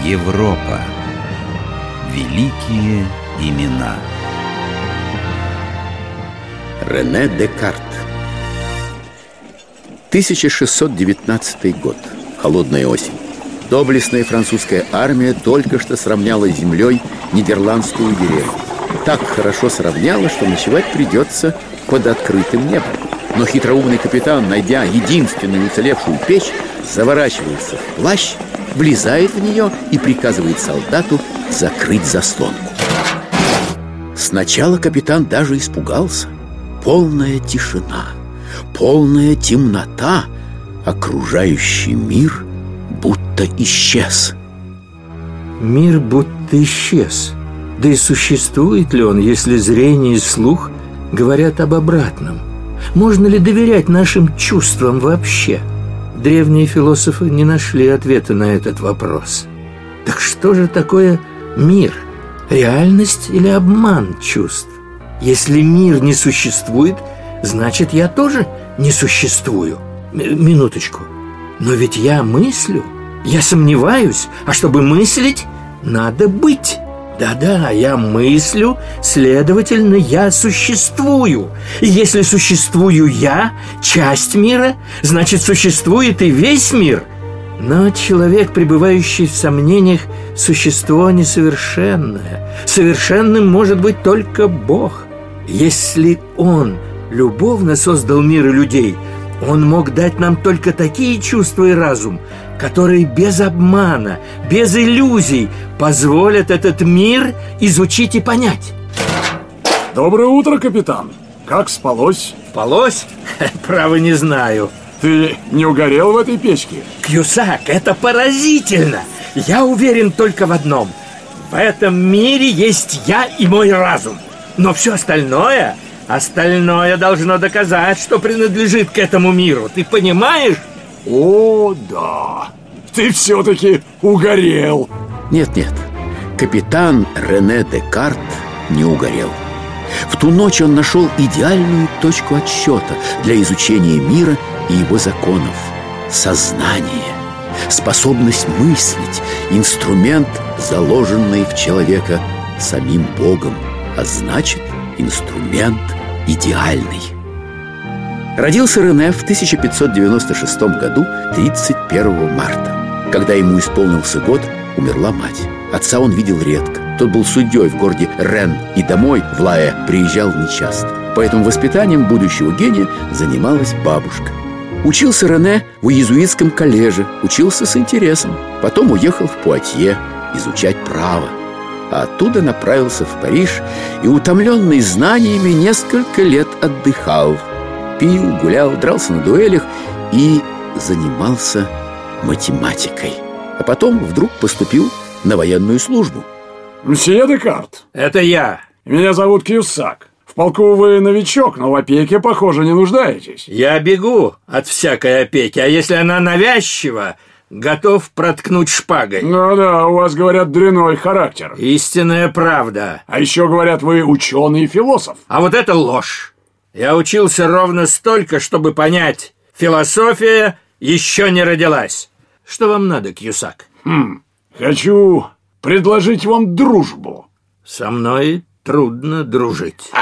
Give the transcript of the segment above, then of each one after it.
Европа. Великие имена. Рене Декарт. 1619 год. Холодная осень. Доблестная французская армия только что сравняла с землей нидерландскую деревню. Так хорошо сравняла, что ночевать придется под открытым небом. Но хитроумный капитан, найдя единственную уцелевшую печь, заворачивается в плащ, влезает в нее и приказывает солдату закрыть заслонку. Сначала капитан даже испугался. Полная тишина, полная темнота, окружающий мир будто исчез. Мир будто исчез. Да и существует ли он, если зрение и слух говорят об обратном? Можно ли доверять нашим чувствам вообще? Древние философы не нашли ответа на этот вопрос. Так что же такое мир? Реальность или обман чувств? Если мир не существует, значит, я тоже не существую. Минуточку. Но ведь я мыслю, я сомневаюсь, а чтобы мыслить, надо быть. Да-да, я мыслю, следовательно, я существую. И если существую я, часть мира, значит, существует и весь мир. Но человек, пребывающий в сомнениях, существо несовершенное. Совершенным может быть только Бог. Если Он любовно создал мир и людей, Он мог дать нам только такие чувства и разум, которые без обмана, без иллюзий позволят этот мир изучить и понять. Доброе утро, капитан. Как спалось? Спалось? Право не знаю. Ты не угорел в этой печке? Кьюсак, это поразительно. Я уверен только в одном. В этом мире есть я и мой разум. Но все остальное должно доказать, что принадлежит к этому миру. Ты понимаешь? О, да. Ты все-таки угорел. Нет, капитан Рене Декарт не угорел. В ту ночь он нашел идеальную точку отсчета для изучения мира и его законов. Сознание, способность мыслить, инструмент, заложенный в человека самим Богом, а значит, инструмент идеальный. Родился Рене в 1596 году, 31 марта. Когда ему исполнился год, умерла мать. Отца он видел редко. Тот был судьей в городе Рен и домой, в Лае, приезжал нечасто. Поэтому воспитанием будущего гения занималась бабушка. Учился Рене в иезуитском коллеже, учился с интересом. Потом уехал в Пуатье изучать право. А оттуда направился в Париж и, утомленный знаниями, несколько лет отдыхал. Пил, гулял, дрался на дуэлях и занимался математикой. А потом вдруг поступил на военную службу. Мсье Декарт. Это я. Меня зовут Кьюсак. В полку вы новичок, но в опеке, похоже, не нуждаетесь. Я бегу от всякой опеки, а если она навязчива, готов проткнуть шпагой. Да, у вас, говорят, дрянной характер. Истинная правда. А еще, говорят, вы ученый и философ. А вот это ложь. Я учился ровно столько, чтобы понять, философия еще не родилась. Что вам надо, Кьюсак? Хочу предложить вам дружбу. Со мной трудно дружить.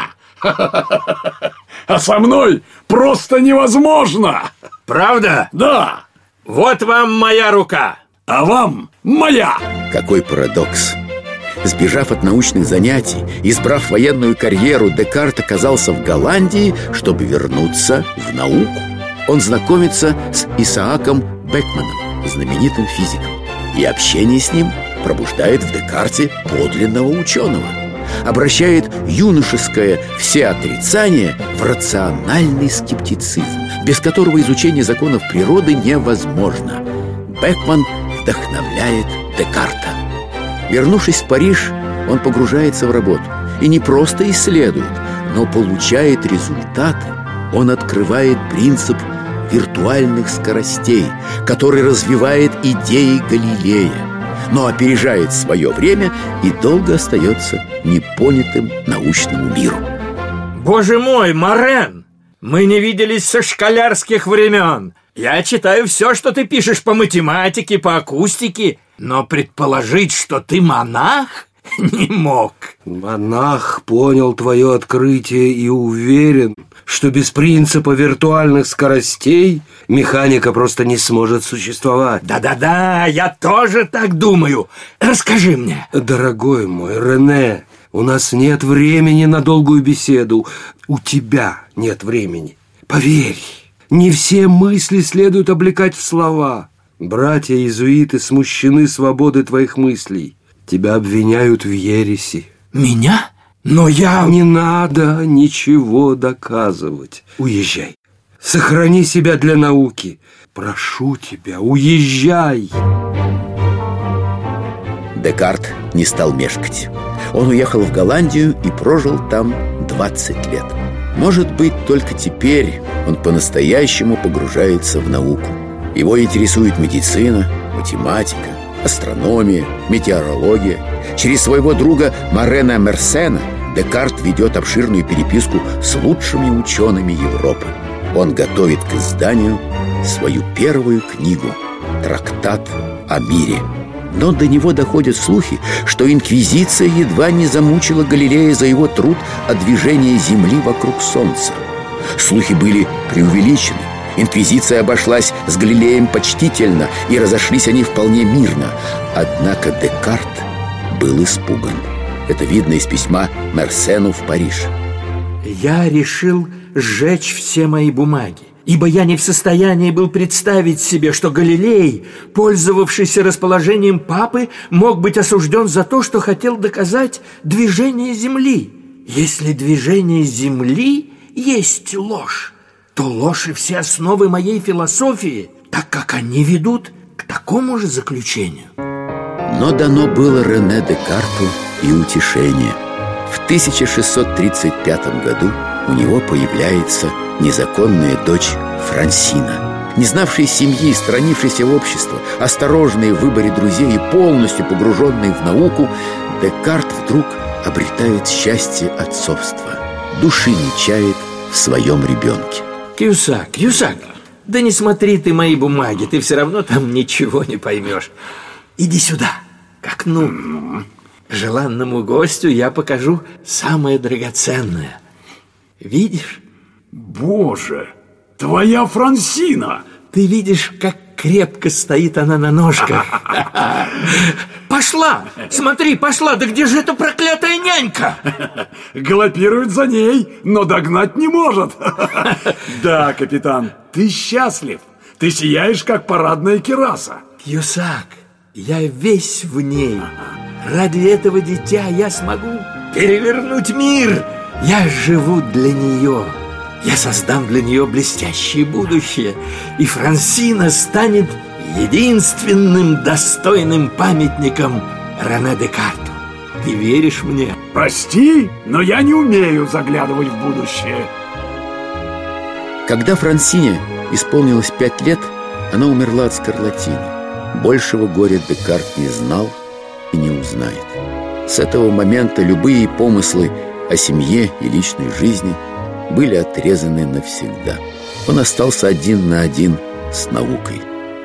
А со мной просто невозможно. Правда? Да. Вот вам моя рука. А вам моя. Какой парадокс! Сбежав от научных занятий, избрав военную карьеру, Декарт оказался в Голландии, чтобы вернуться в науку. Он знакомится с Исааком Бекманом, знаменитым физиком. И общение с ним пробуждает в Декарте подлинного ученого. Обращает юношеское всеотрицание в рациональный скептицизм, без которого изучение законов природы невозможно. Бекман вдохновляет Декарта. Вернувшись в Париж, он погружается в работу. И не просто исследует, но получает результаты. Он открывает принцип виртуальных скоростей, который развивает идеи Галилея, но опережает свое время и долго остается непонятым научному миру. Боже мой, Морен! Мы не виделись со школярских времен. Я читаю все, что ты пишешь по математике, по акустике. Но предположить, что ты монах, не мог. Монах понял твое открытие и уверен, что без принципа виртуальных скоростей механика просто не сможет существовать. Да-да-да, я тоже так думаю. Расскажи мне. Дорогой мой Рене, у нас нет времени на долгую беседу. У тебя нет времени. Поверь, не все мысли следует облекать в слова. Братья-иезуиты смущены свободой твоих мыслей. Тебя обвиняют в ереси. Меня? Но я... Не надо ничего доказывать. Уезжай. Сохрани себя для науки. Прошу тебя, уезжай. Декарт не стал мешкать. Он уехал в Голландию и прожил там 20 лет. Может быть, только теперь он по-настоящему погружается в науку. Его интересует медицина, математика, астрономия, метеорология. Через своего друга Морена Мерсена Декарт ведет обширную переписку с лучшими учеными Европы. Он готовит к изданию свою первую книгу «Трактат о мире». Но до него доходят слухи, что инквизиция едва не замучила Галилея за его труд о движении Земли вокруг Солнца. Слухи были преувеличены. Инквизиция обошлась с Галилеем почтительно, и разошлись они вполне мирно. Однако Декарт был испуган. Это видно из письма Мерсену в Париж. Я решил сжечь все мои бумаги, ибо я не в состоянии был представить себе, что Галилей, пользовавшийся расположением папы, мог быть осужден за то, что хотел доказать движение Земли. Если движение Земли есть ложь, то ложь и все основы моей философии, так как они ведут к такому же заключению. Но дано было Рене Декарту и утешение. В 1635 году у него появляется незаконная дочь Франсина. Не знавшая семьи, сторонившаяся общества, осторожный в выборе друзей и полностью погруженный в науку, Декарт вдруг обретает счастье отцовства. Души не чает в своем ребенке. Кьюсак, да не смотри ты мои бумаги, ты все равно там ничего не поймешь. Иди сюда, к окну. Желанному гостю я покажу самое драгоценное. Видишь? Боже, твоя Франсина! Ты видишь, как крепко стоит она на ножках. Пошла! Смотри, пошла! Да где же эта проклятая нянька? Галопирует за ней, но догнать не может. Да, капитан, ты счастлив. Ты сияешь, как парадная кираса. Кьюсак, я весь в ней. Ради этого дитя я смогу перевернуть мир. Я живу для нее. Я создам для нее блестящее будущее. И Франсина станет единственным достойным памятником Рене Декарту. Ты веришь мне? Прости, но я не умею заглядывать в будущее. Когда Франсине исполнилось 5 лет, она умерла от скарлатины. Большего горя Декарт не знал и не узнает. С этого момента любые помыслы о семье и личной жизни были отрезаны навсегда. Он остался один на один с наукой.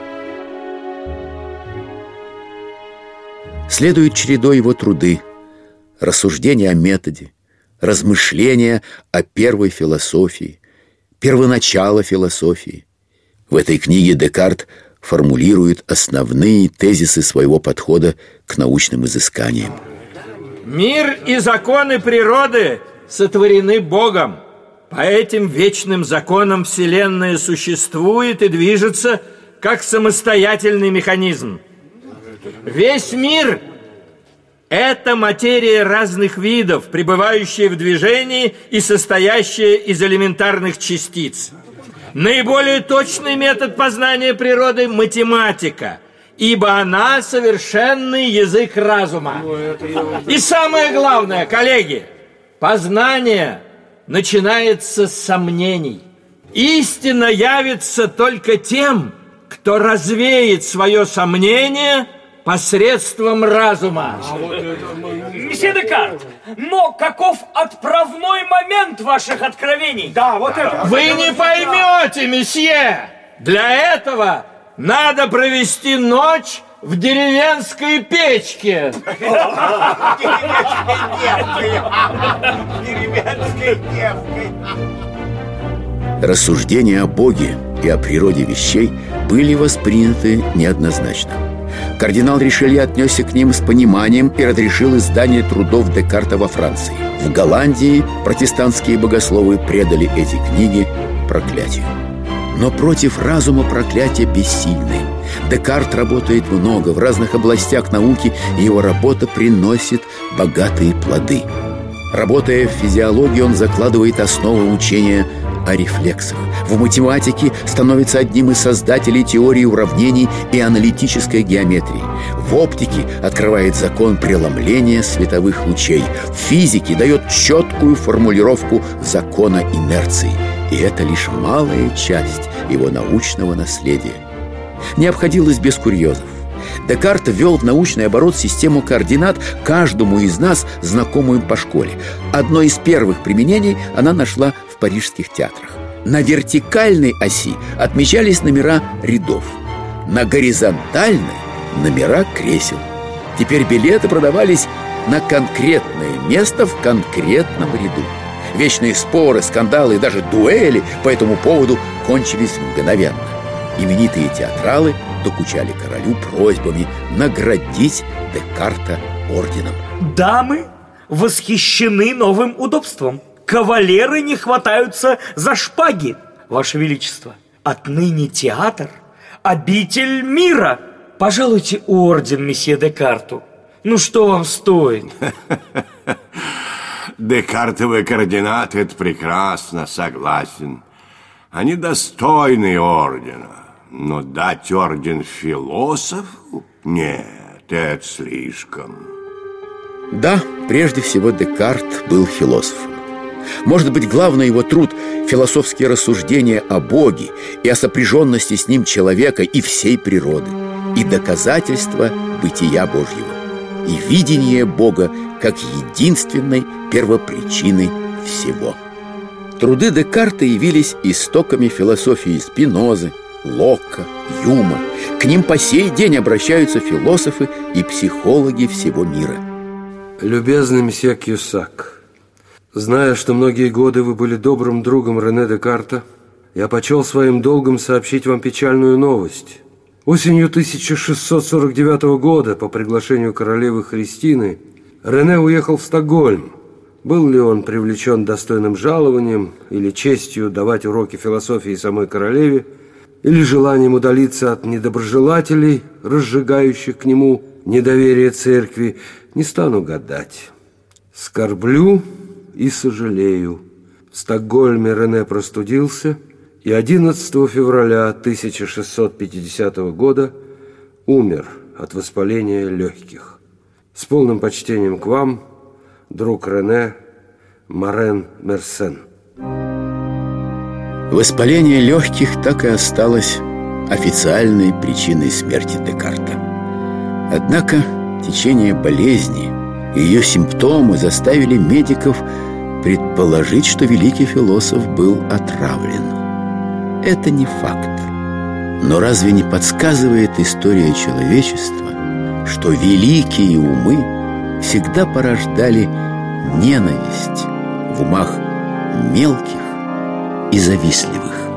Следует чередой его труды: рассуждения о методе, размышления о первой философии, первоначало философии. В этой книге Декарт формулирует основные тезисы своего подхода к научным изысканиям. Мир и законы природы сотворены Богом. По этим вечным законам Вселенная существует и движется как самостоятельный механизм. Весь мир – это материя разных видов, пребывающая в движении и состоящая из элементарных частиц. Наиболее точный метод познания природы – математика, ибо она совершенный язык разума. И самое главное, коллеги, познание начинается с сомнений. Истина явится только тем, кто развеет свое сомнение посредством разума. Месье Декарт, но каков отправной момент ваших откровений? Вы не поймете, месье! Для этого Надо провести ночь в деревенской печке. Деревенской девкой. Рассуждения о Боге и о природе вещей были восприняты неоднозначно. Кардинал Ришелье отнесся к ним с пониманием и разрешил издание трудов Декарта во Франции. В Голландии протестантские богословы предали эти книги проклятию. Но против разума проклятия бессильны. Декарт работает много в разных областях науки, и его работа приносит богатые плоды. Работая в физиологии, он закладывает основы учения о рефлексах. В математике становится одним из создателей теории уравнений и аналитической геометрии. В оптике открывает закон преломления световых лучей. В физике дает четкую формулировку закона инерции. И это лишь малая часть его научного наследия. Не обходилось без курьезов. Декарт ввел в научный оборот систему координат, каждому из нас знакомую по школе. Одно из первых применений она нашла в парижских театрах. На вертикальной оси отмечались номера рядов, на горизонтальной – номера кресел. Теперь билеты продавались на конкретное место в конкретном ряду. Вечные споры, скандалы и даже дуэли по этому поводу кончились мгновенно. Именитые театралы докучали королю просьбами наградить Декарта орденом. Дамы восхищены новым удобством. Кавалеры не хватаются за шпаги. Ваше Величество, отныне театр – обитель мира. Пожалуйте орден месье Декарту. Ну что вам стоит? Декартовые координаты – это прекрасно, согласен. Они достойны ордена. Но дать орден философу? Нет, это слишком. Да, прежде всего Декарт был философом. Может быть, главный его труд – философские рассуждения о Боге и о сопряженности с ним человека и всей природы, и доказательство бытия Божьего, и видение Бога как единственной первопричины всего. Труды Декарта явились истоками философии Спинозы, Локка, Юма. К ним по сей день обращаются философы и психологи всего мира. Любезный месье Кьюсак, зная, что многие годы вы были добрым другом Рене Декарта, я почел своим долгом сообщить вам печальную новость. Осенью 1649 года по приглашению королевы Христины Рене уехал в Стокгольм. Был ли он привлечен достойным жалованием или честью давать уроки философии самой королеве, или желанием удалиться от недоброжелателей, разжигающих к нему недоверие церкви, не стану гадать. Скорблю и сожалею. В Стокгольме Рене простудился и 11 февраля 1650 года умер от воспаления легких. С полным почтением к вам, друг Рене, Марен Мерсен. Воспаление легких так и осталось официальной причиной смерти Декарта. Однако течение болезни и ее симптомы заставили медиков предположить, что великий философ был отравлен. Это не факт. Но разве не подсказывает история человечества, что великие умы всегда порождали ненависть в умах мелких и завистливых?